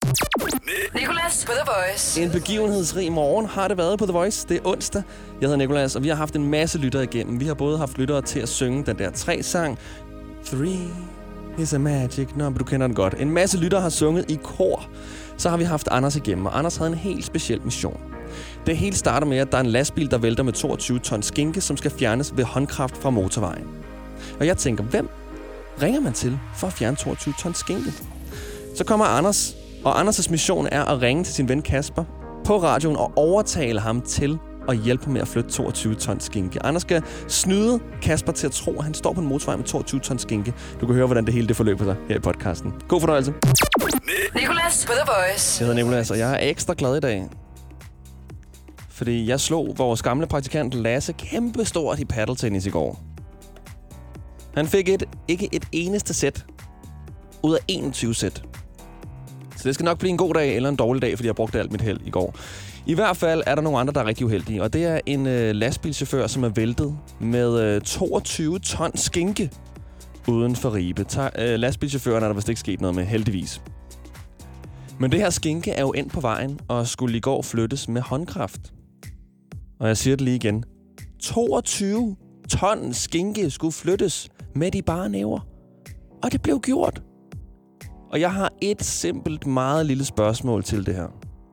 Nicolas på The Voice. En begivenhedsrig morgen har det været på The Voice. Det er onsdag. Jeg hedder Nicolas, og vi har haft en masse lyttere igennem. Vi har både haft lyttere til at synge den der 3-sang. 3 is a magic number. Du kender den godt. En masse lyttere har sunget i kor. Så har vi haft Anders igennem, og Anders havde en helt speciel mission. Det hele starter med, at der er en lastbil, der vælter med 22 ton skinke, som skal fjernes ved håndkraft fra motorvejen. Og jeg tænker, hvem ringer man til for at fjerne 22 ton skinke? Så kommer Anders, og Anders' mission er at ringe til sin ven Kasper på radioen og overtale ham til at hjælpe ham med at flytte 22 ton skinke. Anders skal snyde Kasper til at tro, at han står på en motorvej med 22 ton skinke. Du kan høre, hvordan det hele det forløber sig her i podcasten. God fornøjelse. Nicolas på The Voice. Jeg hedder Nicolas, og jeg er ekstra glad i dag. Fordi jeg slog vores gamle praktikant Lasse kæmpestort i paddeltennis i går. Han fik ikke et eneste sæt ud af 21 sæt. Så det skal nok blive en god dag eller en dårlig dag, fordi jeg brugte alt mit held i går. I hvert fald er der nogle andre, der er rigtig uheldige, og det er en lastbilchauffør, som er væltet med 22 ton skinke uden for Ribe. Lastbilchaufføren er der vist ikke sket noget med, heldigvis. Men det her skinke er jo endt på vejen og skulle i går flyttes med håndkraft. Og jeg siger det lige igen. 22 ton skinke skulle flyttes med de bare næver. Og det blev gjort. Og jeg har et simpelt, meget lille spørgsmål til det her.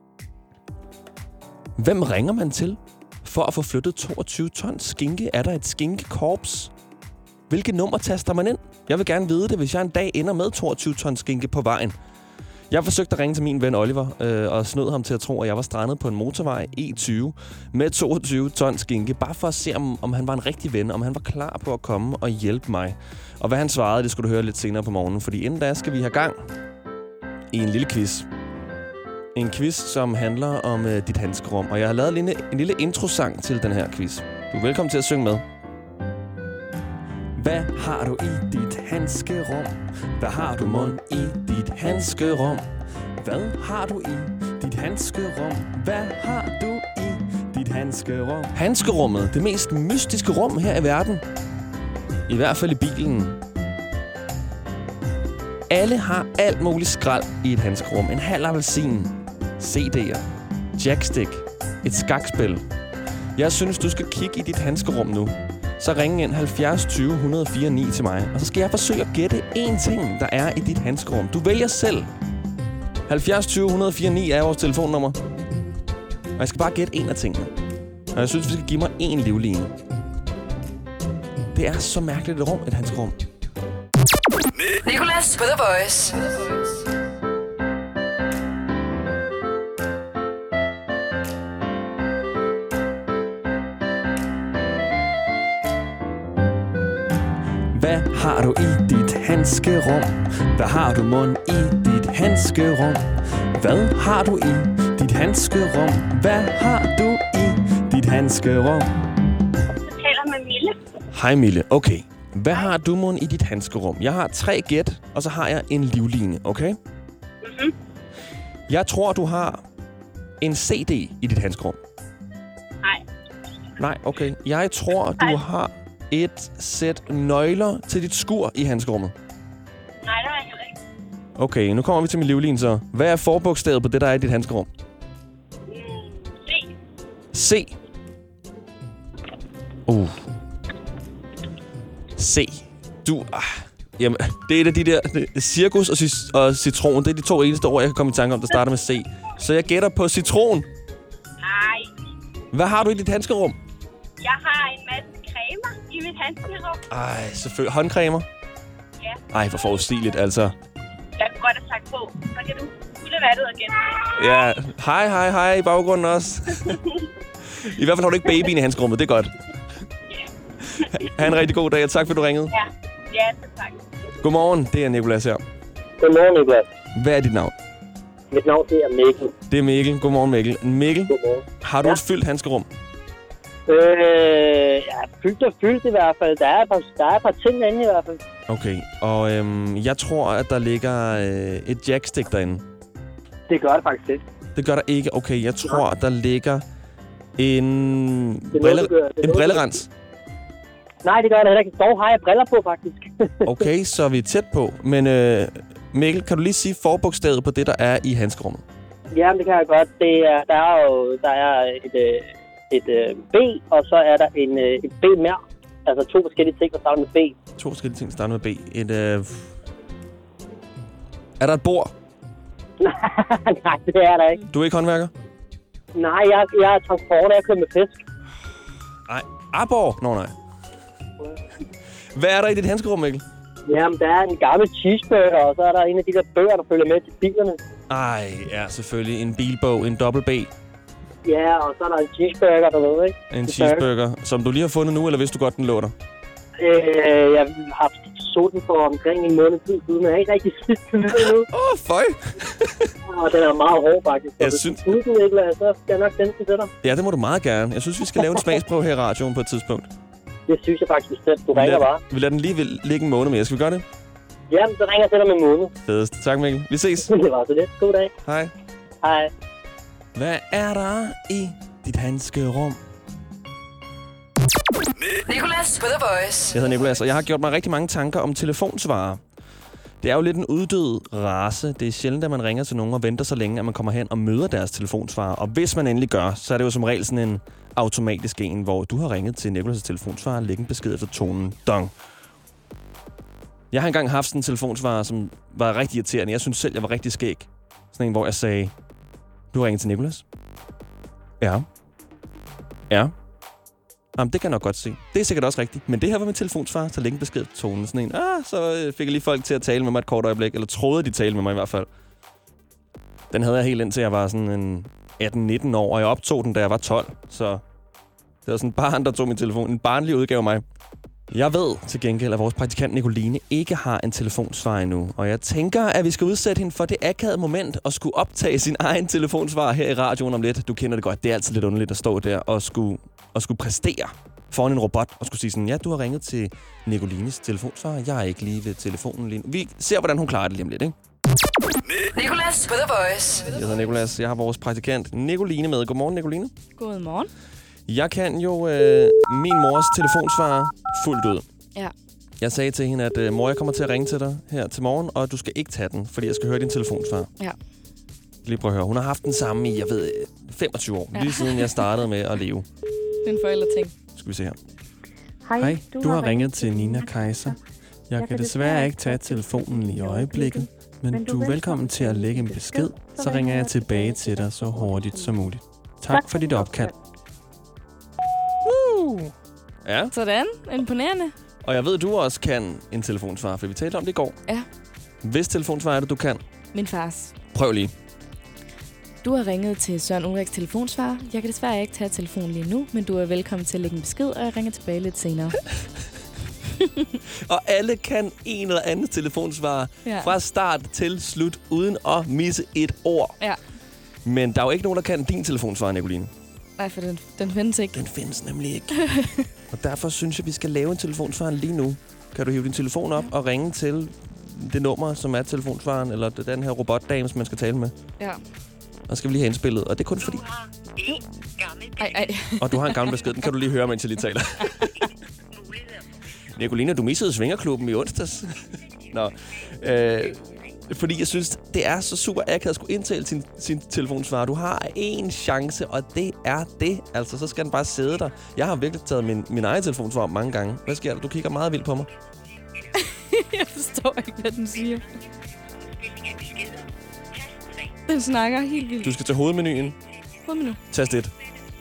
Hvem ringer man til for at få flyttet 22 ton skinke? Er der et skinkekorps? Hvilket nummer taster man ind? Jeg vil gerne vide det, hvis jeg en dag ender med 22 ton skinke på vejen. Jeg forsøgte at ringe til min ven Oliver og snød ham til at tro, at jeg var strandet på en motorvej E20 med 22 ton skinke, bare for at se, om han var en rigtig ven, om han var klar på at komme og hjælpe mig. Og hvad han svarede, det skulle du høre lidt senere på morgenen, fordi inden da skal vi have gang i en lille quiz. En quiz, som handler om dit handskerum, og jeg har lavet en lille introsang til den her quiz. Du er velkommen til at synge med. Hvad har du i dit handskerum? Hvad har du mund i dit handskerum? Hvad har du i dit handskerum? Hvad har du i dit handskerum? Handskerummet, det mest mystiske rum her i verden. I hvert fald i bilen. Alle har alt muligt skrald i et handskerum. En halv appelsin, CD'er, jackstick, et skakspil. Jeg synes, du skal kigge i dit handskerum nu. Så ring ind 70 20 104 9 til mig, og så skal jeg forsøge at gætte én ting, der er i dit handskerum. Du vælger selv. 70 20 104 9 er vores telefonnummer. Og jeg skal bare gætte en af tingene. Og jeg synes, vi skal give mig én livline. Det er så mærkeligt et rum, et handskerum. Nicolas på The Voice. Hvad har du i dit handskerum? Hvad har du mund i dit handskerum? Hvad har du i dit handskerum? Hvad har du i dit handskerum? Jeg taler med Mille. Hej Mille, okay. Hvad har du mund i dit handskerum? Jeg har 3 gæt, og så har jeg en livline, okay? Mhm. Jeg tror, du har en CD i dit handskerum. Nej. Nej, okay. Jeg tror, du har et sæt nøgler til dit skur i handskerummet. Nej, det har jeg heller ikke. Okay, nu kommer vi til min livline så. Hvad er forbogstavet på det, der er i dit handskerum? C. C. C. Jamen, det er et af de der... Cirkus og citron, det er de 2 eneste ord, jeg kan komme i tanke om, der starter med C. Så jeg gætter på citron. Nej. Hvad har du i dit handskerum? Jeg har en masse cremer i mit handskerum. Ej, selvfølgelig. Håndcremer? Ja. Ej, hvor forudsigeligt, altså. Jeg kunne godt have sagt på. Så kan du skulle være det ud igen. Ja, hej i baggrunden også. I hvert fald har du ikke babyen i handskerummet, det er godt. Ja. Ha' en rigtig god dag, og tak for, at du ringede. Ja, tak. Godmorgen, det er Nicolas her. Godmorgen, Nicolas. Hvad er dit navn? Mit navn det er Mikkel. Det er Mikkel. Godmorgen, Mikkel. Mikkel, Godmorgen. har du et fyldt handskerum? Fyldt i hvert fald. Der er et par ting inde i hvert fald. Okay, og jeg tror, at der ligger et jackstick derinde. Det gør det faktisk ikke. Det gør der ikke. Okay, jeg tror, der ligger en brillerens. Nej, det gør det heller ikke. Dog har jeg briller på, faktisk. Okay, så er vi tæt på. Men Mikkel, kan du lige sige forbogstavet på det, der er i handskerummet? Ja, det kan jeg godt. Der er et B, og så er der et B mere. Altså 2 forskellige ting, der starter med B. 2 forskellige ting, der starter med B. Er der et bord? Nej, det er der ikke. Du er ikke håndværker? Nej, jeg er transport, jeg kører med fisk. Nej. Arbor? Nå, nej. Hvad er der i dit handskerum, Mikkel? Jamen, der er en gammel cheeseburger, og så er der en af de der bøger, der følger med til bilerne. Ej, ja, selvfølgelig. En bilbog, en dobbelt B. Ja, og så er der en cheeseburger, der ved, ikke? En cheeseburger, som du lige har fundet nu, eller vidste du godt, den lå der? Jeg har haft så den for omkring en måned tid siden, men jeg har ikke rigtig set den nu. Føj! Og den er meget hård, faktisk. Jeg hvis synes... du den ikke, så skal jeg nok sende den til dig. Ja, det må du meget gerne. Jeg synes, vi skal lave en smagsprøve her i radioen på et tidspunkt. Det synes jeg faktisk bestemt. Du ringer bare. Vi lader den lige ligge en måned mere. Skal vi gøre det? Ja, så ringer jeg til dig med en måned. Fedest. Tak, Mikkel. Vi ses. Det var så lidt. God dag. Hej. Hej. Hvad er der i dit handskerum? Nicolas på The Voice. Jeg hedder Nicolas, og jeg har gjort mig rigtig mange tanker om telefonsvarer. Det er jo lidt en uddød race. Det er sjældent, at man ringer til nogen og venter så længe, at man kommer hen og møder deres telefonsvarer. Og hvis man endelig gør, så er det jo som regel sådan en automatisk en, hvor du har ringet til Nicolas' telefonsvarer og lægger en besked efter tonen. Dong. Jeg har engang haft sådan en telefonsvarer, som var rigtig irriterende. Jeg synes selv, jeg var rigtig skæg. Sådan en, hvor jeg sagde, du har ringet til Nicolas? Ja. Ja. Jamen, det kan jeg nok godt se. Det er sikkert også rigtigt. Men det her var min telefonsvarer, så længe besked til tonen. Sådan en, så fik jeg lige folk til at tale med mig et kort øjeblik. Eller troede, de talte med mig i hvert fald. Den havde jeg helt indtil jeg var sådan en 18-19 år. Og jeg optog den, da jeg var 12. Så det var sådan en barn, der tog min telefon. En barnlig udgave af mig. Jeg ved til gengæld, at vores praktikant Nicoline ikke har en telefonsvarer endnu. Og jeg tænker, at vi skal udsætte hende for det akavede moment at skulle optage sin egen telefonsvarer her i radioen om lidt. Du kender det godt. Det er altid lidt underligt at stå der og skulle præstere foran en robot og skulle sige sådan, ja, du har ringet til Nicolines telefonsvarer. Jeg er ikke lige ved telefonen lige nu. Vi ser, hvordan hun klarer det lige om lidt, ikke? Nicolas på The Voice. Jeg hedder Nicolas. Jeg har vores praktikant Nicoline med. Godmorgen, Nicoline. Godmorgen. Jeg kan jo min mors telefonsvarer fuldt ud. Ja. Jeg sagde til hende, at mor, jeg kommer til at ringe til dig her til morgen, og du skal ikke tage den, fordi jeg skal høre din telefonsvarer. Ja. Lige prøv at høre. Hun har haft den samme i, 25 år. Ja. Lige siden jeg startede med at leve. Det er en forældreting. Skal vi se her. Hej, du har ringet til Nina Kaiser. Jeg kan desværre ikke tage telefonen lige i øjeblikket, men du er velkommen til at lægge en besked, så ringer jeg tilbage til dig så hurtigt som muligt. Tak for dit opkald. Ja. Sådan. Imponerende. Og jeg ved, du også kan en telefonsvarer, for vi talte om det i går. Ja. Hvis telefonsvarer er det, du kan? Min fars. Prøv lige. Du har ringet til Søren Ulriks telefonsvarer. Jeg kan desværre ikke tage telefonen lige nu, men du er velkommen til at lægge en besked, og jeg ringer tilbage lidt senere. Og alle kan en eller anden telefonsvarer fra start til slut, uden at misse et ord. Ja. Men der er jo ikke nogen, der kan din telefonsvarer, Nicoline. Nej, for den findes ikke. Den findes nemlig ikke. Og derfor synes jeg, vi skal lave en telefonsvarer lige nu. Kan du hive din telefon op og ringe til det nummer, som er telefonsvaren, eller den her robotdame, som man skal tale med? Ja. Og skal vi lige have indspillet, og det er kun fordi... Ej. Og du har en gammel besked, den kan du lige høre, mens jeg lige taler. Nicoline, du missede Svingerklubben i onsdags. Nå. Fordi jeg synes, det er så super akavet at skulle indtale sin telefonsvarer. Du har én chance, og det er det. Altså, så skal den bare sidde der. Jeg har virkelig taget min egen telefonsvarer mange gange. Hvad sker der? Du kigger meget vildt på mig. Jeg forstår ikke, hvad den siger. Den snakker helt vildt. Du skal til hovedmenuen. Hovedmenu. Tast 1.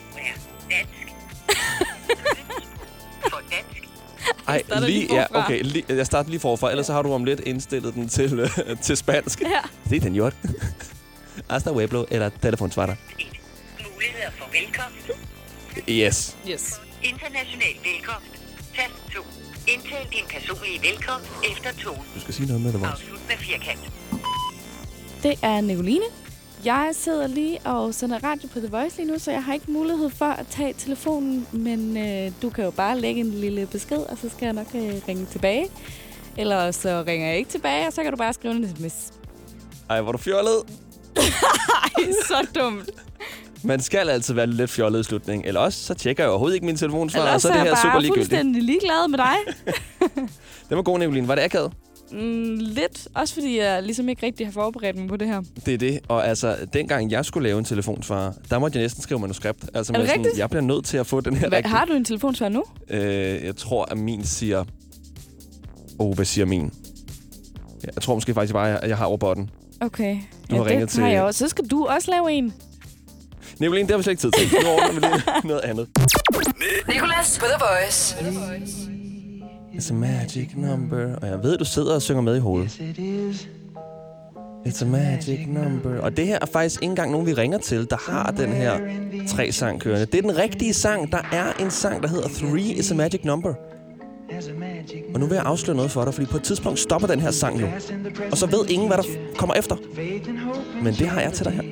Ej, jeg starter lige forfra, ellers så har du om lidt indstillet den til spansk. Ja. Det er den gjort. Hasta Pueblo eller telefonsvarer. Muligheder for velkomst. Yes. International velkomst. Tast 2. Indtal din personlige velkomst efter tonen. Du skal sige noget med det, Voice. Afslut med firkant. Det er Nicoline. Jeg sidder lige og sender radio på The Voice lige nu, så jeg har ikke mulighed for at tage telefonen, men du kan jo bare lægge en lille besked, og så skal jeg nok ringe tilbage. Eller så ringer jeg ikke tilbage, og så kan du bare skrive en sms. Ej, hvor du fjollet. Ej, så dumt. Man skal altid være lidt fjollet i slutningen. Eller også, så tjekker jeg overhovedet ikke min telefonsvarer, eller og så er det her super ligegyldigt. fuldstændig ligeglad med dig. Det var god, Nicoline. Var det akavet? Lidt. Også fordi jeg ligesom ikke rigtig har forberedt mig på det her. Det er det. Og altså, dengang jeg skulle lave en telefonsvarer, der måtte jeg næsten skrive manuskript. Altså, er det sådan, jeg bliver nødt til at få den her rigtige. Har du en telefonsvarer nu? Jeg tror, at min siger... hvad siger min? Jeg tror måske faktisk bare, at jeg har robotten. Okay. Du har ringet til... har jeg også. Så skal du også lave en. Nicoline, det har vi slet ikke tid til. Nu ordner vi lige noget andet. Nicolas på The Voice. It's a magic number. Og jeg ved, du sidder og synger med i hovedet. It's a magic number. Og det her er faktisk ikke engang nogen, vi ringer til, der har den her 3-sang kørende. Det er den rigtige sang. Der er en sang, der hedder 3 is a magic number. Og nu vil jeg afsløre noget for dig, fordi på et tidspunkt stopper den her sang nu. Og så ved ingen, hvad der kommer efter. Men det har jeg til dig her.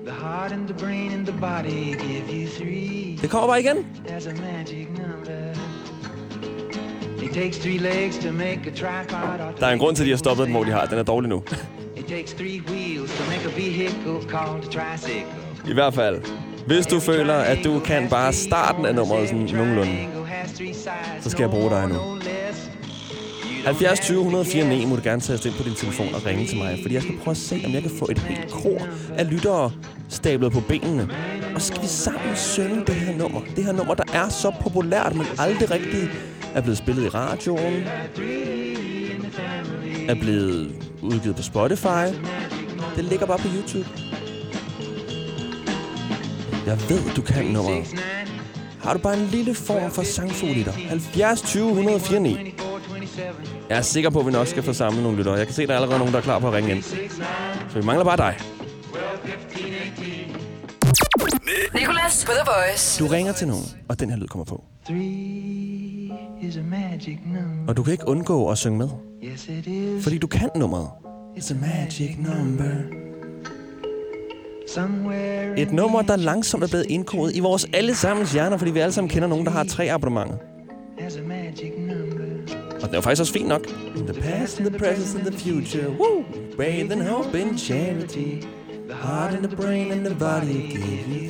Det kommer bare igen. Der er en grund til, at de har stoppet den, hvor de har. Den er dårlig nu. I hvert fald, hvis du føler, at du kan bare starten af nummeret sådan nogenlunde, så skal jeg bruge dig nu. 70 20 104 9 må du gerne tage ind på din telefon og ringe til mig, fordi jeg skal prøve at se, om jeg kan få et helt kor af lyttere stablet på benene. Og så skal vi sammen synge det her nummer. Det her nummer, der er så populært, men aldrig rigtigt er blevet spillet i radioen, er blevet udgivet på Spotify. Det ligger bare på YouTube. Jeg ved, du kan nummeret. Har du bare en lille form for sangfugl i dig? 70 20 104 9. Jeg er sikker på, at vi nok skal få samlet nogle lyttere. Jeg kan se, at der er allerede nogen, der er klar på at ringe ind. Så vi mangler bare dig. Nicolas på The Voice. Du ringer til nogen, og den her lyd kommer på. Og du kan ikke undgå at synge med. Fordi du kan nummeret. It's a magic number. Et nummer, der langsomt er blevet indkodet i vores allesammens hjerner, fordi vi alle sammen kender nogen, der har 3 abonnementer. Og det er jo faktisk også fint nok. In the past, in the present, in the future. Woo! Bathe in hope and charity. The heart and the brain and the body give you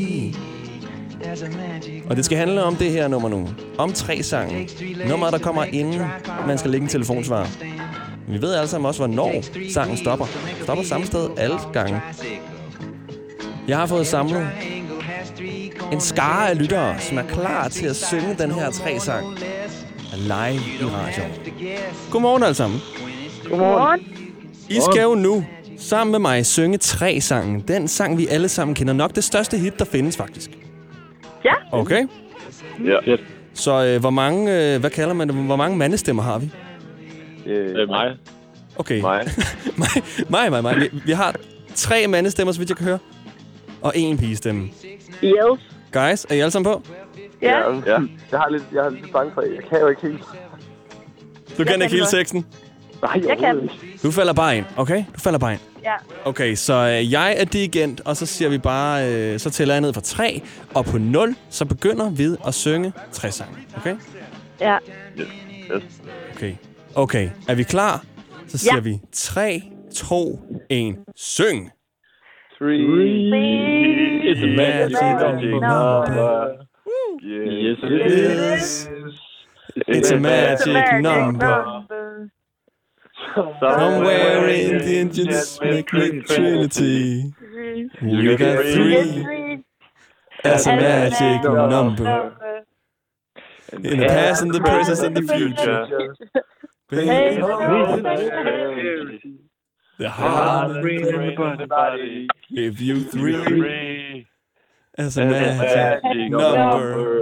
3. Og det skal handle om det her nummer nu. Om 3 sange. Nummeret, der kommer inden man skal lægge en telefonsvarer. Vi ved alle sammen også, hvornår sangen stopper. Stopper samme sted alle gange. Jeg har fået samlet en skare af lyttere, som er klar til at synge den her 3-sang live i radioen. Godmorgen alle sammen. Godmorgen. I skal jo nu sammen med mig synge 3-sangen. Den sang, vi alle sammen kender. Nok det største hit, der findes faktisk. Ja. Okay? Ja. Så hvor mange, hvad kalder man det? Hvor mange mandestemmer har vi? Mig. Okay. Mig. mig. Vi har 3 mandestemmer, så vidt jeg kan høre. Og 1 pigestemme. Yes. Guys, er I alle sammen på? Ja. Ja. Jeg har lidt bange for, jeg kan jo ikke helt. Du kan ikke hele teksten? Nej, Jeg kan. ikke. Du falder bare ind, okay? Du falder bare ind. Ja. Okay, så jeg er dirigent, og så siger vi bare, så tæller jeg ned fra 3, og på 0, så begynder vi at synge 3 sange, okay? Ja. Yes. Okay, er vi klar? Så siger vi 3, 2, 1, syng! 3 is a magic number. Yes, it is. It's a magic number. Somewhere in the engines make Trinity. We got 3 as a magic number. In the past, in the present, and the future. Baby, the heart and the body give you 3 as a magic number.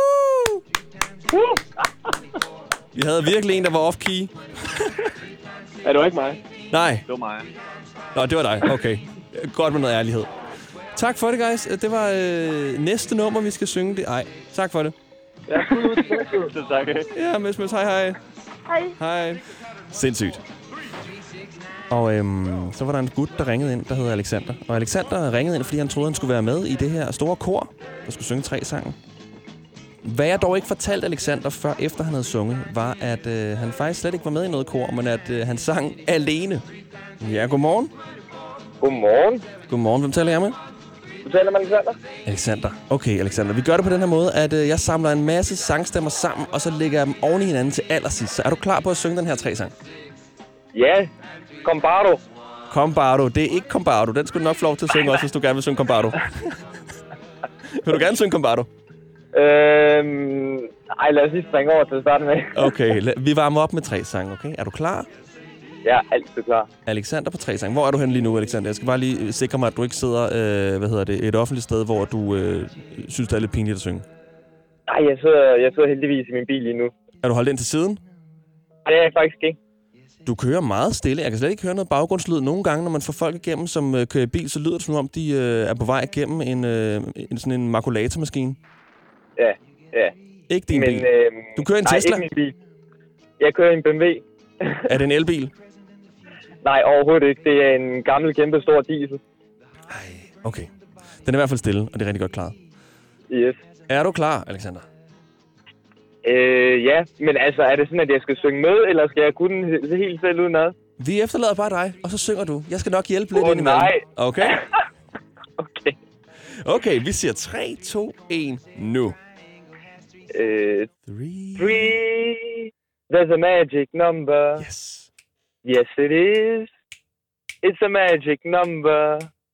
Vi havde virkelig en, der var off-key. Er det ikke mig? Nej. Det var mig. Nå, det var dig. Okay. Godt med noget ærlighed. Tak for det, guys. Det var næste nummer, vi skal synge. Tak for det. Ja, tak. Ja, Møs. Hej. Hej. Sindssygt. Og så var der en gut, der ringede ind, der hedder Alexander. Og Alexander ringede ind, fordi han troede, han skulle være med i det her store kor, der skulle synge 3 sange. Hvad jeg dog ikke fortalte Alexander før efter han havde sunget, var, at han faktisk slet ikke var med i noget kor, men at han sang alene. Ja, godmorgen. Godmorgen. Godmorgen. Hvem taler jeg med? Du taler med Alexander? Alexander. Okay, Alexander. Vi gør det på den her måde, at jeg samler en masse sangstemmer sammen, og så lægger jeg dem oven i hinanden til allersidst. Så er du klar på at synge den her 3-sang? Ja, Combardo. Combardo. Det er ikke Combardo. Den skulle du nok få lov til at synge også, hvis du gerne vil synge Combardo. Vil du gerne synge Combardo? Ej, lad os lige springe over til at starte med. Okay, vi varmer op med 3 sange, okay? Er du klar? Ja, altid klar. Alexander på 3 sange. Hvor er du henne lige nu, Alexander? Jeg skal bare lige sikre mig, at du ikke sidder et offentligt sted, hvor du synes, det er lidt pinligt at synge. Nej, jeg sidder heldigvis i min bil lige nu. Er du holdt ind til siden? Det er jeg faktisk ikke. Du kører meget stille. Jeg kan slet ikke høre noget baggrundslyd. Nogle gange, når man får folk igennem, som kører i bil, så lyder det som om, de er på vej igennem sådan en makulatormaskine. Ja. Ikke din bil. Du kører en Tesla? Nej, ikke min bil. Jeg kører en BMW. Er det en elbil? Nej, overhovedet ikke. Det er en gammel, kæmpe stor diesel. Ej, okay. Den er i hvert fald stille, og det er rigtig godt klaret. Yes. Er du klar, Alexander? Ja, men altså, er det sådan, at jeg skal synge med, eller skal jeg kunne den helt selv udenad? Vi efterlader bare dig, og så synger du. Jeg skal nok hjælpe lidt indimellem. Nej. Okay? Okay. Okay, vi siger 3, 2, 1, nu. 3. There's a magic number. Yes. Yes, it is. It's a magic number.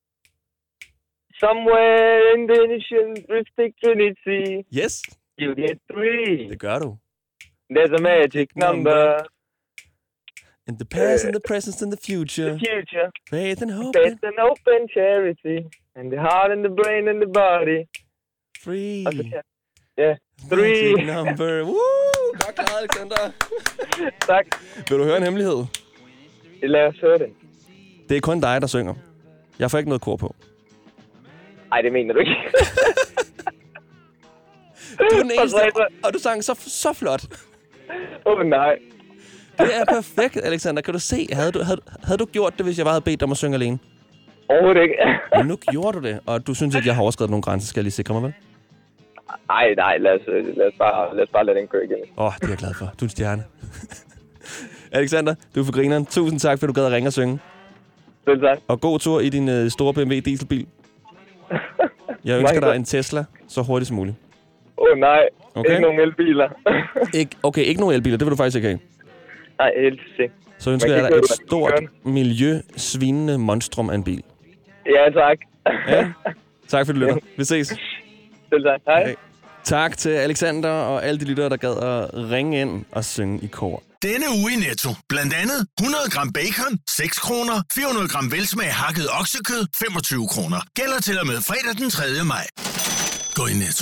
Somewhere in the mystic trinity. Yes. You get 3. Det gør du. There's a magic number. In the past, in the present, in the future. The future. Faith and hope. Faith and hope and charity. And the heart and the brain and the body. 3. Ja, 3. Magic number. Woo! Godt klaret, Alexander. Tak. Vil du høre en hemmelighed? Lad os høre det. Det er kun dig, der synger. Jeg får ikke noget kor på. Ej, det mener du ikke. Du er den eneste, og du sang så flot. Nej. Det er perfekt, Alexander. Kan du se? Havde du gjort det, hvis jeg bare havde bedt dig om at synge alene? Overhovedet ikke. Men nu gjorde du det, og du synes ikke, jeg har overskredet nogle grænser. Skal jeg lige sikre mig, vel? Nej, lad os bare lade den køre igen. Det er jeg glad for. Du er en stjerne. Alexander, du er for grineren. Tusind tak, fordi du gad at ringe og synge. Selv tak. Og god tur i din store BMW dieselbil. Jeg ønsker dig en Tesla så hurtigt som muligt. Nej. Okay. Ikke nogen elbiler. Ikke nogen elbiler. Det vil du faktisk ikke have. Nej, helt sikkert. Så ønsker jeg dig et stort miljøsvinende monstrum af en bil. Ja, tak. Ja. Tak fordi du lytter. Vi ses. Selv tak. Hej. Tak til Alexander og alle de lyttere, der gad at ringe ind og synge i kor. Denne uge i Netto. Blandt andet 100 gram bacon, 6 kroner. 400 gram velsmag hakket oksekød, 25 kroner. Gælder til og med fredag den 3. maj. Gå i Netto.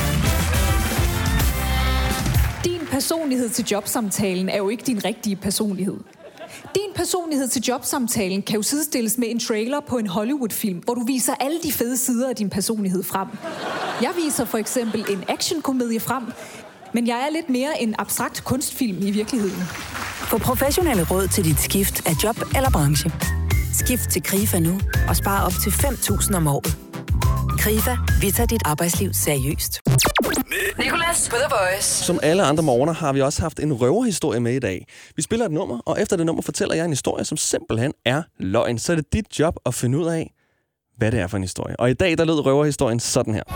Din personlighed til jobsamtalen er jo ikke din rigtige personlighed. Din personlighed til jobsamtalen kan jo sidestilles med en trailer på en Hollywood-film, hvor du viser alle de fede sider af din personlighed frem. Jeg viser for eksempel en actionkomedie frem, men jeg er lidt mere en abstrakt kunstfilm i virkeligheden. Få professionelle råd til dit skift af job eller branche. Skift til Krifa nu og spar op til 5.000 om året. Krifa, vi tager dit arbejdsliv seriøst. Nicolas på The Voice. Som alle andre morgener har vi også haft en røverhistorie med i dag. Vi spiller et nummer, og efter det nummer fortæller jeg en historie, som simpelthen er løgn. Så er det dit job at finde ud af, hvad det er for en historie. Og i dag, der lød røverhistorien sådan her.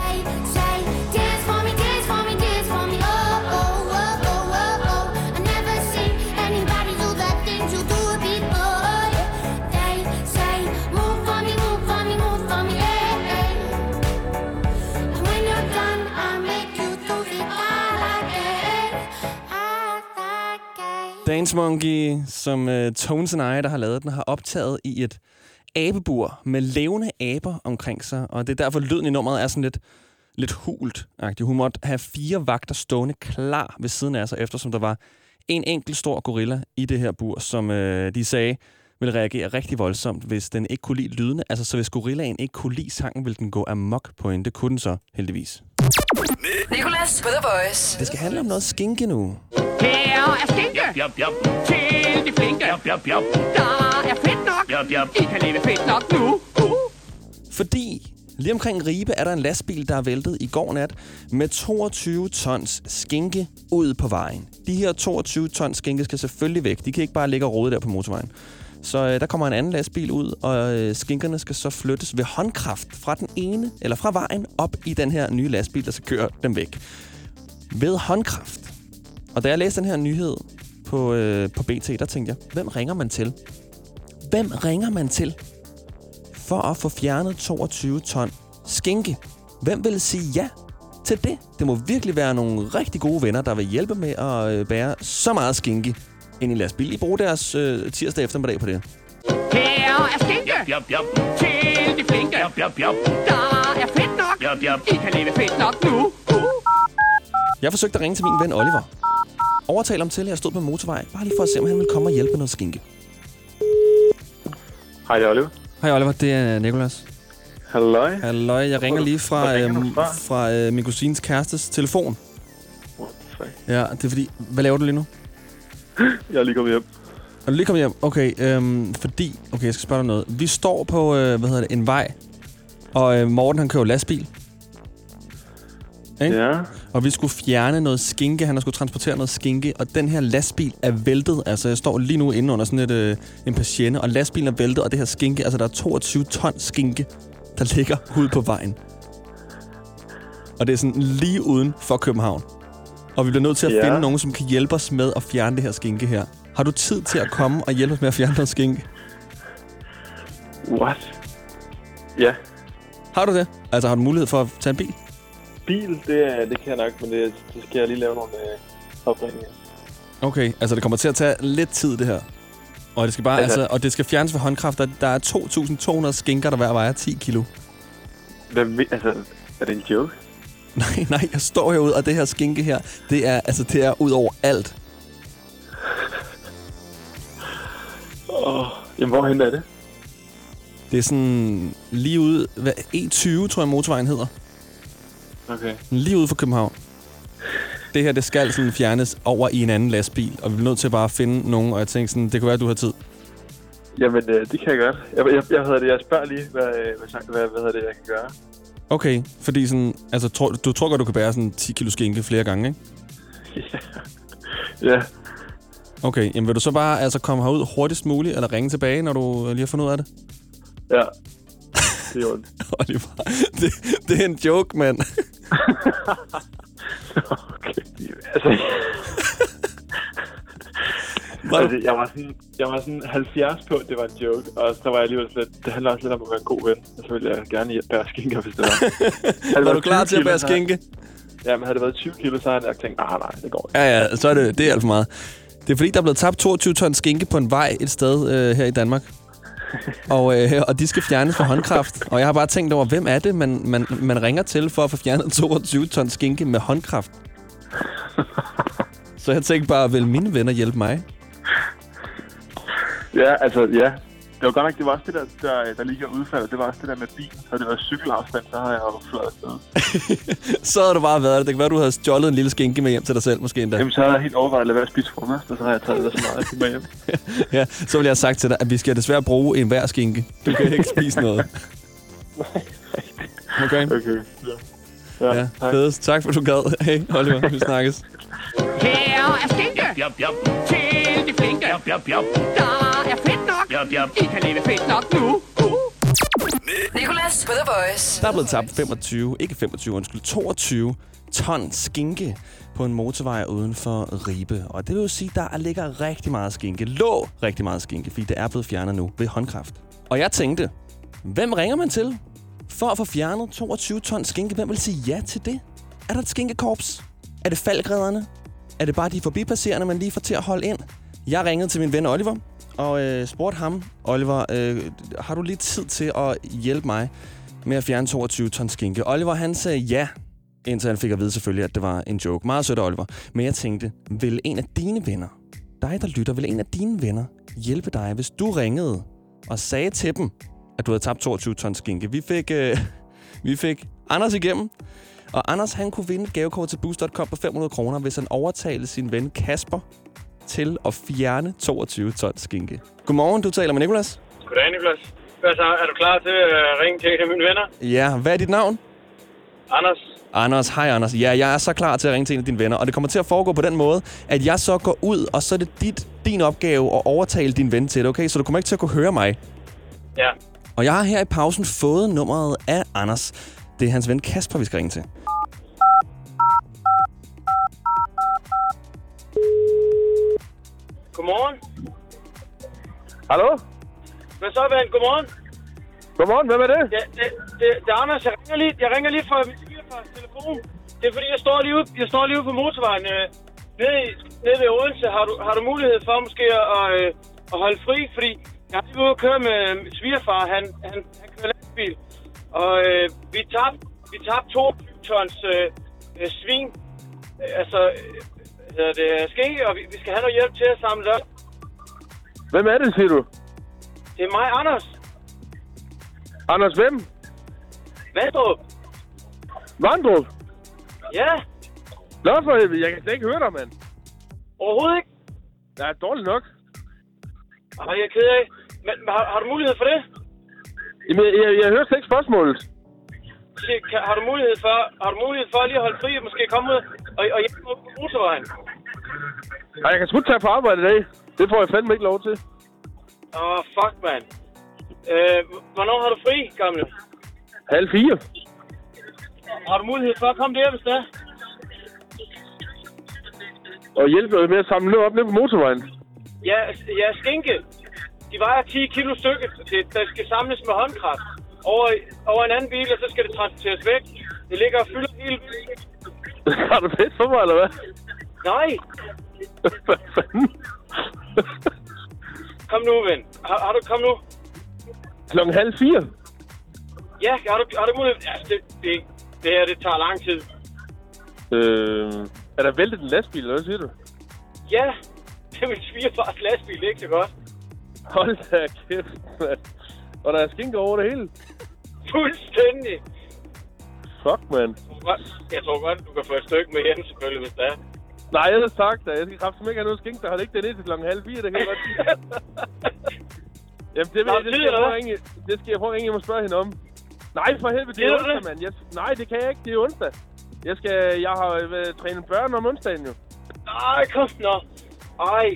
Dance Monkey, som Tones and I, der har lavet den, har optaget i et abebur med levende aber omkring sig. Og det er derfor, lyden i nummeret er sådan lidt hult-agtig. Hun måtte have 4 vagter stående klar ved siden af sig, eftersom der var en enkelt stor gorilla i det her bur, som de sagde ville reagere rigtig voldsomt, hvis den ikke kunne lide lydene. Altså, så hvis gorillaen ikke kunne lide sangen, ville den gå amok på hende. Det kunne den så, heldigvis. Nicolas på The Voice. Det skal handle om noget skinke nu. Her er skinke til de flinke. Der er fedt nok. I kan leve fedt nok nu. Fordi lige omkring Ribe er der en lastbil, der er væltet i går nat med 22 tons skinke ud på vejen. De her 22 tons skinke skal selvfølgelig væk. De kan ikke bare ligge og rode der på motorvejen. Så der kommer en anden lastbil ud, og skinkerne skal så flyttes ved håndkraft fra den ene, eller fra vejen op i den her nye lastbil, der skal køre dem væk. Ved håndkraft. Og da jeg læste den her nyhed, på BT, der tænkte jeg, hvem ringer man til? Hvem ringer man til for at få fjernet 22 ton skinke? Hvem vil sige ja til det? Det må virkelig være nogle rigtig gode venner, der vil hjælpe med at bære så meget skinke ind i lastbil. I bruger deres tirsdag eftermiddag på det. Her er skinke til de flinke. Der er fedt nok. I kan leve fedt nok nu. Jeg forsøgte at ringe til min ven Oliver. Overtal ham til, at jeg stod på motorvej. Bare lige for at se, om han ville komme og hjælpe med noget skinke. Hej, det er Oliver. Hej Oliver, det er Nicolas. Halløj. Halløj, jeg ringer lige fra min kusines kærestes telefon. Ja, det er fordi... Hvad laver du lige nu? Jeg er lige kommet hjem. Er du lige kommet hjem? Okay, fordi... Okay, jeg skal spørge dig noget. Vi står på, en vej, og Morten, han kører lastbil. Ikke? Ja. Og vi skulle fjerne noget skinke. Han skulle transportere noget skinke, og den her lastbil er væltet. Altså, jeg står lige nu inde under sådan en patiente, og lastbilen er væltet, og det her skinke, altså der er 22 ton skinke, der ligger ude på vejen. Og det er sådan lige uden for København. Og vi bliver nødt til at finde nogen, som kan hjælpe os med at fjerne det her skinke her. Har du tid til at komme og hjælpe os med at fjerne noget skinke? What? Ja. Har du det? Altså, har du mulighed for at tage en bil? Bil, det kan jeg nok, men det skal jeg lige lave nogle opringninger. Okay, altså det kommer til at tage lidt tid, det her. Og det skal bare, og det skal fjernes ved håndkraft. Der er 2.200 skinker, der hver vejer 10 kilo. Er det en joke? Nej, jeg står herude, og det her skinke her, det er ud over alt. Jamen, hvorhen er det? Det er sådan lige ude... E20, tror jeg, motorvejen hedder. Okay. Lige ude for København. Det her, det skal sådan fjernes over i en anden lastbil, og vi er nødt til bare at finde nogen, og jeg tænker sådan, det kunne være, at du har tid. Jamen, det kan jeg godt. Jeg spørger lige, hvad jeg kan gøre. Okay, fordi sådan, altså, du tror godt, du kan bære sådan 10 kilo skinke flere gange, ikke? Ja. Okay, jamen vil du så bare komme herud hurtigst muligt, eller ringe tilbage, når du lige har fundet ud af det? Ja. Det er ondt. Oliver, det er en joke, mand. Okay. Jeg var sådan 70 på, at det var en joke, og så var jeg alligevel lidt, det handler også lidt om at være en god ven, og så ville jeg gerne bære skinke, hvis det var. Var du klar til at bære skinke? Ja, men havde det været 20 kilo, så havde jeg tænkt, nej, det går ikke. Ja, så er det er alt for meget. Det er fordi, der er blevet tabt 22 ton skinke på en vej et sted her i Danmark. Og de skal fjernes for håndkraft. Og jeg har bare tænkt over, hvem er det, man ringer til for at få fjernet 22 ton skinke med håndkraft? Så jeg tænkte bare, vil mine venner hjælpe mig? Ja, ja. Det var godt nok, det var også det der lige gjorde udfaldet. Det var også det der med bilen. Så det var cykelafstand, så havde jeg jo fløjet afsted. Så havde du bare været det. Det kan være, du havde stjålet en lille skinke med hjem til dig selv, måske endda. Jamen, så havde jeg helt overvejet at lade være at spise frokost, og så havde jeg taget det så meget med hjem. Ja, så ville jeg have sagt til dig, at vi skal desværre bruge en hver skinke. Du kan ikke spise noget. Okay? Okay, ja, fedest. Tak for, du gad. Hey, Oliver, vi snakkes. Her er skinke til de flinke. Der er fedt nok. I kan leve fedt nok nu. Nicolas på The Voice. Der er blevet tabt 22 ton skinke på en motorvej uden for Ribe. Og det vil jo sige, at der ligger rigtig meget skinke. Lå rigtig meget skinke, fordi det er blevet fjernet nu ved håndkraft. Og jeg tænkte, hvem ringer man til for at få fjernet 22 ton skinke? Hvem vil sige ja til det? Er der et skinkekorps? Er det falkredderne? Er det bare de forbipasserende, man lige får til at holde ind? Jeg ringede til min ven Oliver og spurgte ham, Oliver, har du lige tid til at hjælpe mig med at fjerne 22 ton skinke? Oliver, han sagde ja, indtil han fik at vide selvfølgelig, at det var en joke. Meget sødt, Oliver. Men jeg tænkte, vil en af dine venner, dig der lytter, vil en af dine venner hjælpe dig, hvis du ringede og sagde til dem, at du havde tabt 22 ton skinke? Vi fik Anders igennem. Og Anders, han kunne vinde et gavekort til Boost.com på 500 kroner, hvis han overtalte sin ven Kasper til at fjerne 22 ton skinke. Godmorgen, du taler med Nicolas. Goddag, Nicolas. Hvad så? Er du klar til at ringe til mine venner? Ja, hvad er dit navn? Anders. Hej Anders. Ja, jeg er så klar til at ringe til en af dine venner, og det kommer til at foregå på den måde, at jeg så går ud, og så er det din opgave at overtale din ven til det, okay? Så du kommer ikke til at kunne høre mig. Ja. Og jeg har her i pausen fået nummeret af Anders. Det er hans ven Kasper, vi skal ringe til. Hallo? Hvad så, ven? Godmorgen. Godmorgen, hvem er det? Ja, det er Anders. Jeg ringer lige fra min svigerfars telefon. Det er fordi, jeg står lige ude på motorvejen. Nede ved Odense. Har du mulighed for måske at holde fri? Fordi jeg er lige ude at køre med min svigerfar. Han kører lastbil. Og vi tabte 22 tons svin. Skinke, og vi skal have noget hjælp til at samle det op. Hvem er det, siger du? Det er mig, Anders. Anders hvem? Vandrup. Vandrup? Ja. Nå for helvede, jeg kan slet ikke høre dig, mand. Overhovedet ikke? Ja, dårligt nok. Ej, jeg er ked af. Men har du mulighed for det? Jamen, jeg hører slet ikke spørgsmålet. Har du mulighed for lige at holde fri og måske komme ud og hjælpe mig på motorvejen? Ej, jeg kan sgu tage på arbejde i dag. Det får jeg fandme ikke lov til. Fuck, mand. Hvornår har du fri, gamle? 3:30. Har du mulighed for at komme der, hvis det er? Og hjælpe med at samle noget op nede på motorvejen. Ja, skinke. De vejer 10 kilo stykket. Der skal samles med håndkraft. Over en anden bil, og så skal det transporteres væk. Det ligger og fylder hele bilen. Har du fedt for mig, eller hvad? Nej. Hvad fanden? Kom nu, ven. Har du kom nu? 3:30. Ja, har du mulighed? Ja, det her, det tager lang tid. Er der væltet en lastbil, eller hvad siger du? Ja, det er min svigerfars lastbil, det er ikke så godt. Hold da kæft, mand. Og der er skinker over det hele. Fuldstændig. Fuck, mand. Jeg tror godt, du kan få et stykke med hjem, selvfølgelig, hvis det er. Nej, ellers tak da. Jeg skal kraftigt ikke have noget skink, der har det ikke det ned til 3:30, det kan jeg godt sige. Jamen, det skal jeg prøve at ringe hjem og spørge hende om. Nej, for helvede, det er onsdag, mand. Nej, det kan jeg ikke, det er onsdag. Jeg har trænet børn om onsdagen, jo. Nej, kom nå. Ej.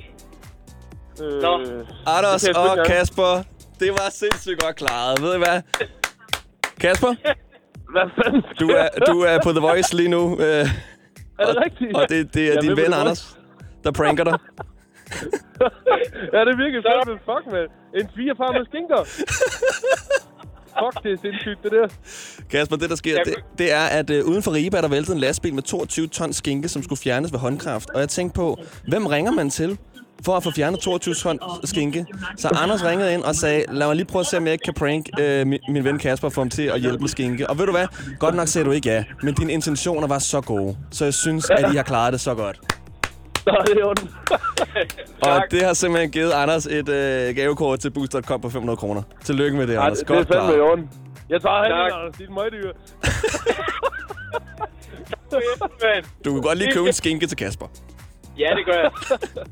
Anders og Kasper, det var sindssygt godt klaret. Ved I hvad? Kasper? Hvad fanden? Du er på The Voice lige nu. Er det rigtigt? Og det er din ven Anders, der pranker dig. Ja, det virker fandme. Fuck, man. En svigerfar med skinker. Fuck, det er sindssygt, det der. Kasper, det der sker, det er, at uden for Ribe er der væltet en lastbil med 22 tons skinke, som skulle fjernes ved håndkraft. Og jeg tænkte på, hvem ringer man til for at få fjernet 22 tons skinke? Så Anders ringede ind og sagde, lad mig lige prøve at se, om jeg ikke kan prank min ven Kasper for ham til at hjælpe med skinke. Og ved du hvad? Godt nok sagde du ikke ja, men dine intentioner var så gode. Så jeg synes, at I har klaret det så godt. Nå, det er ondt. Og det har simpelthen givet Anders et gavekort til Boost.com på 500 kroner. Tillykke med det, Anders. Det er fandme i orden. Jeg tager handling, Anders. Dit møgdyr. Du kan godt lige købe en skinke til Kasper. Ja, det gør jeg.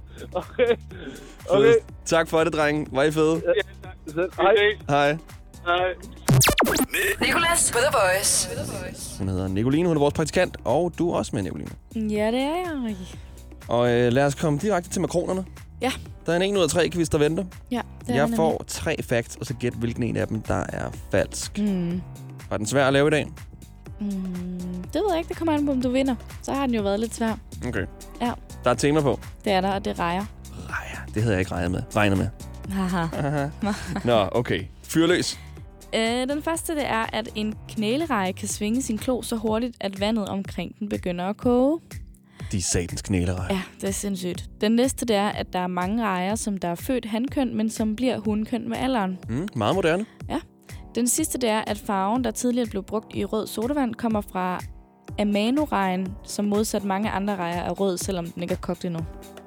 Okay. Tak for det, drenge. Var I fede? Hej. Hej. Hej. Nicolas på The Voice. Hun hedder Nicoline, hun er vores praktikant, og du er også med, Nicoline. Ja, det er jeg. Og lad os komme direkte til makronerne. Ja. Der er en 1 ud af 3 quiz, der venter. Ja, det er Jeg får 3 facts, og så gæt, hvilken en af dem, der er falsk. Var den svær at lave i dag? Det ved jeg ikke. Det kommer an på, om du vinder. Så har den jo været lidt svær. Okay. Ja. Der er tema på. Det er der, og det rejer. Det havde jeg ikke regnet med. Haha. Nå, okay. Fyr løs. Den første, det er, at en knælereje kan svinge sin klo så hurtigt, at vandet omkring den begynder at koge. De satans knælereje. Ja, det er sindssygt. Den næste, det er, at der er mange rejer, som der er født hankøn, men som bliver hunkøn med alderen. Meget moderne. Ja. Den sidste, det er, at farven, der tidligere blev brugt i rød sodavand, kommer fra amanorejen, som modsat mange andre rejer er rød, selvom den ikke er kogt endnu.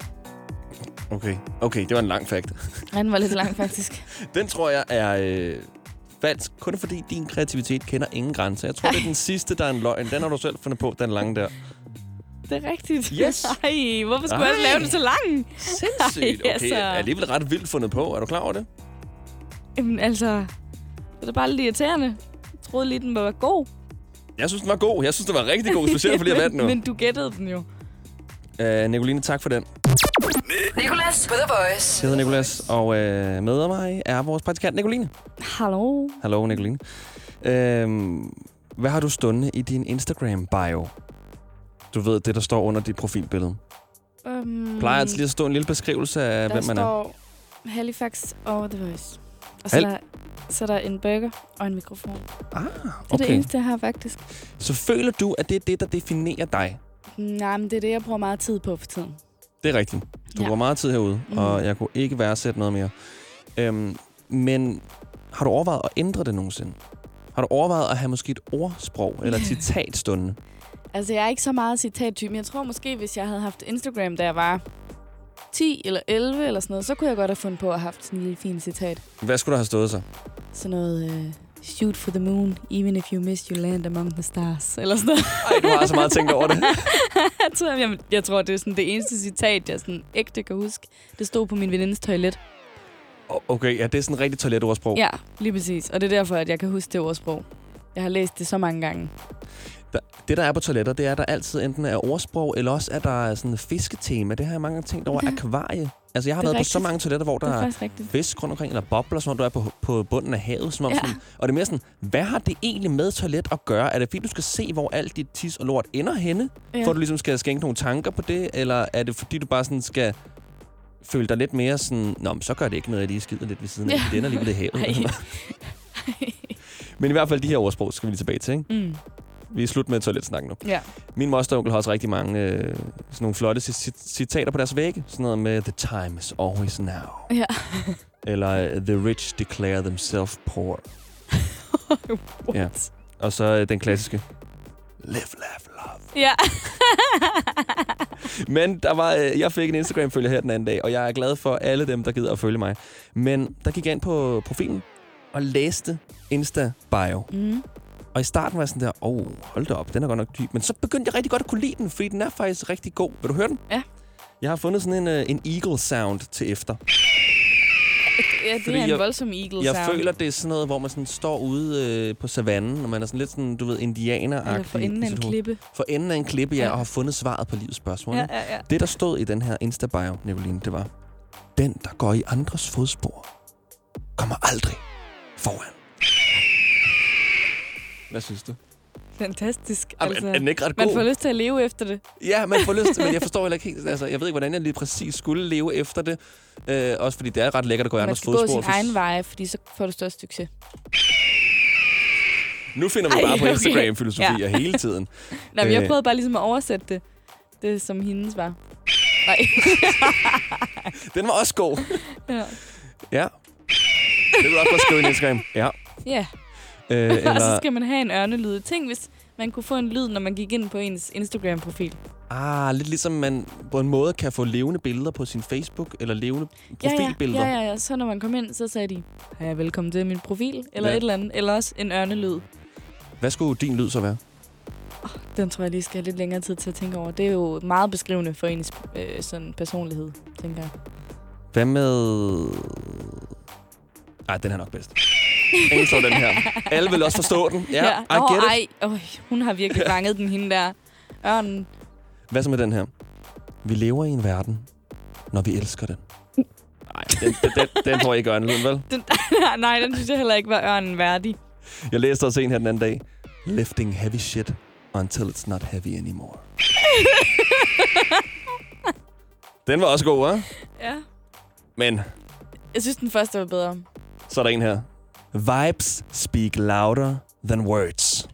Okay, det var en lang fact. Den var lidt lang, faktisk. Den tror jeg er falsk, kun fordi din kreativitet kender ingen grænser. Jeg tror, det er den sidste, der er en løgn. Den har du selv fundet på, den lange der. Det er rigtigt. Yes. Ej, hvorfor skulle jeg lave den så lang? Sindssygt. Okay, er alligevel ret vildt fundet på. Er du klar over det? Jamen altså, det er bare lidt irriterende. Jeg troede lige, den var god. Jeg synes, den var god. Jeg synes, den var rigtig god, specielt for lige at vande nu. Men du gættede den jo. Nicoline, tak for den. Nicolas på The Voice. Jeg hedder Nicolas, og med mig er vores praktikant Nicoline. Hallo. Hallo, Nicoline. Hvad har du stående i din Instagram-bio? Du ved, det der står under dit profilbillede. Plejer altså lige at stå en lille beskrivelse af, hvem man er? Halifax og The Voice. Og så er der en burger og en mikrofon. Ah, okay. Det er okay. det eneste, jeg har faktisk. Så føler du, at det er det, der definerer dig? Nej, men det er det, jeg bruger meget tid på for tiden. Det er rigtigt. Du bruger meget tid herude, og jeg kunne ikke værdsætte noget mere. Men har du overvejet at ændre det nogensinde? Har du overvejet at have måske et ordsprog eller et citat stående? Altså, jeg er ikke så meget citattypen. Jeg tror måske, hvis jeg havde haft Instagram, da jeg var 10 eller 11 eller sådan noget, så kunne jeg godt have fundet på at have haft sådan en lille fin citat. Hvad skulle der have stået så? Sådan noget, shoot for the moon, even if you miss, you land among the stars. Eller sådan noget. Ej, du har så meget tænkt over det. jeg tror, det er sådan det eneste citat, jeg sådan ægte kan huske. Det stod på min venindes toilet. Okay, ja, det er sådan et rigtigt toiletordsprog. Ja, lige præcis. Og det er derfor, at jeg kan huske det ordsprog. Jeg har læst det så mange gange. Det, der er på toiletter, det er, at der altid enten er ordsprog, eller også er der sådan et fisketema. Det har jeg mange gange tænkt over. Akvarie. Altså, jeg har været på så mange toiletter, hvor der er fisk rundt omkring, eller bobler, som om du er på bunden af havet. Som om sådan, og det er mere sådan, hvad har det egentlig med toilet at gøre? Er det fordi, du skal se, hvor alt dit tis og lort ender henne? Ja. For du ligesom skal skænke nogle tanker på det? Eller er det fordi, du bare sådan skal føle dig lidt mere sådan, nå, så gør det ikke noget, at de skider lidt ved siden af. Det ender lige ved det havet. Men i hvert fald de her ordsprog skal vi lige tilbage til, ikke? Mm. Vi er slut med toiletsnakken nu. Ja. Min moster og onkel har også rigtig mange sådan nogle flotte citater på deres vægge. Sådan noget med, the time is always now. Ja. Eller, the rich declare themselves poor. Ja. Og så den klassiske, live, laugh, love. Ja. Men jeg fik en Instagram-følger her den anden dag, og jeg er glad for alle dem, der gider at følge mig. Men der gik jeg ind på profilen og læste Insta-bio. Mm. Og i starten var jeg sådan der, hold da op, den er godt nok dyb. Men så begyndte jeg rigtig godt at kunne lide den, fordi den er faktisk rigtig god. Vil du høre den? Ja. Jeg har fundet sådan en eagle sound til efter. Ja, det er en voldsom eagle sound. Jeg føler, det er sådan noget, hvor man sådan står ude på savannen, og man er sådan lidt sådan, du ved, indianer-agtig. Eller for enden af en klippe. For enden af en klippe, ja, og har fundet svaret på livets spørgsmål. Ja. Det, der stod i den her Insta-bio, Nicoline, det var, den, der går i andres fodspor, kommer aldrig foran. Hvad synes du? Fantastisk. Altså, er den ikke ret god? Man får lyst til at leve efter det. Ja, man får lyst til, men jeg forstår heller ikke helt. Altså, jeg ved ikke, hvordan jeg lige præcis skulle leve efter det. Også fordi det er ret lækkert at gå i andres fodspor. Man skal gå sin egen vej, fordi så får du størst succes. Nu finder vi bare på Instagram-filosofier hele tiden. Nej, men jeg prøvede bare ligesom at oversætte det. Det som hendes var. Nej. Den var også god. Ja. Ja. Det vil du også bare skrive i Instagram. Ja. Ja. Og så skal man have en ørnelyd. Tænk, hvis man kunne få en lyd, når man gik ind på ens Instagram-profil. Lidt ligesom man på en måde kan få levende billeder på sin Facebook, eller levende profilbilleder. Ja. Så når man kom ind, så sagde de, hej, velkommen til min profil, eller et eller andet. Eller også en ørnelyd. Hvad skulle din lyd så være? Den tror jeg lige skal have lidt længere tid til at tænke over. Det er jo meget beskrivende for ens sådan personlighed, tænker jeg. Hvad med... den er nok bedst. Ingen så den her. Alle vil også forstå den. Ja, I get it. Hun har virkelig fanget den, hende der. Ørnen. Hvad så med den her? Vi lever i en verden, når vi elsker den. Nej, den tror jeg ikke ørnen, vel? Nej, den synes jeg heller ikke var ørnen værdig. Jeg læste også en her den anden dag. Lifting heavy shit until it's not heavy anymore. Den var også god, hva'? Ja. Men... jeg synes, den første var bedre. Så er der en her. Vibes speak louder than words.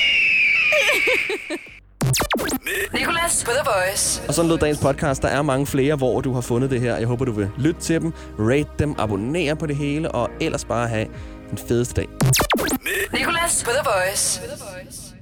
Nicolas på The Voice. Og sådan lød dagens podcast. Der er mange flere, hvor du har fundet det her. Jeg håber, du vil lytte til dem, rate dem, abonnere på det hele, og ellers bare have den fedeste dag. Nicolas på The Voice.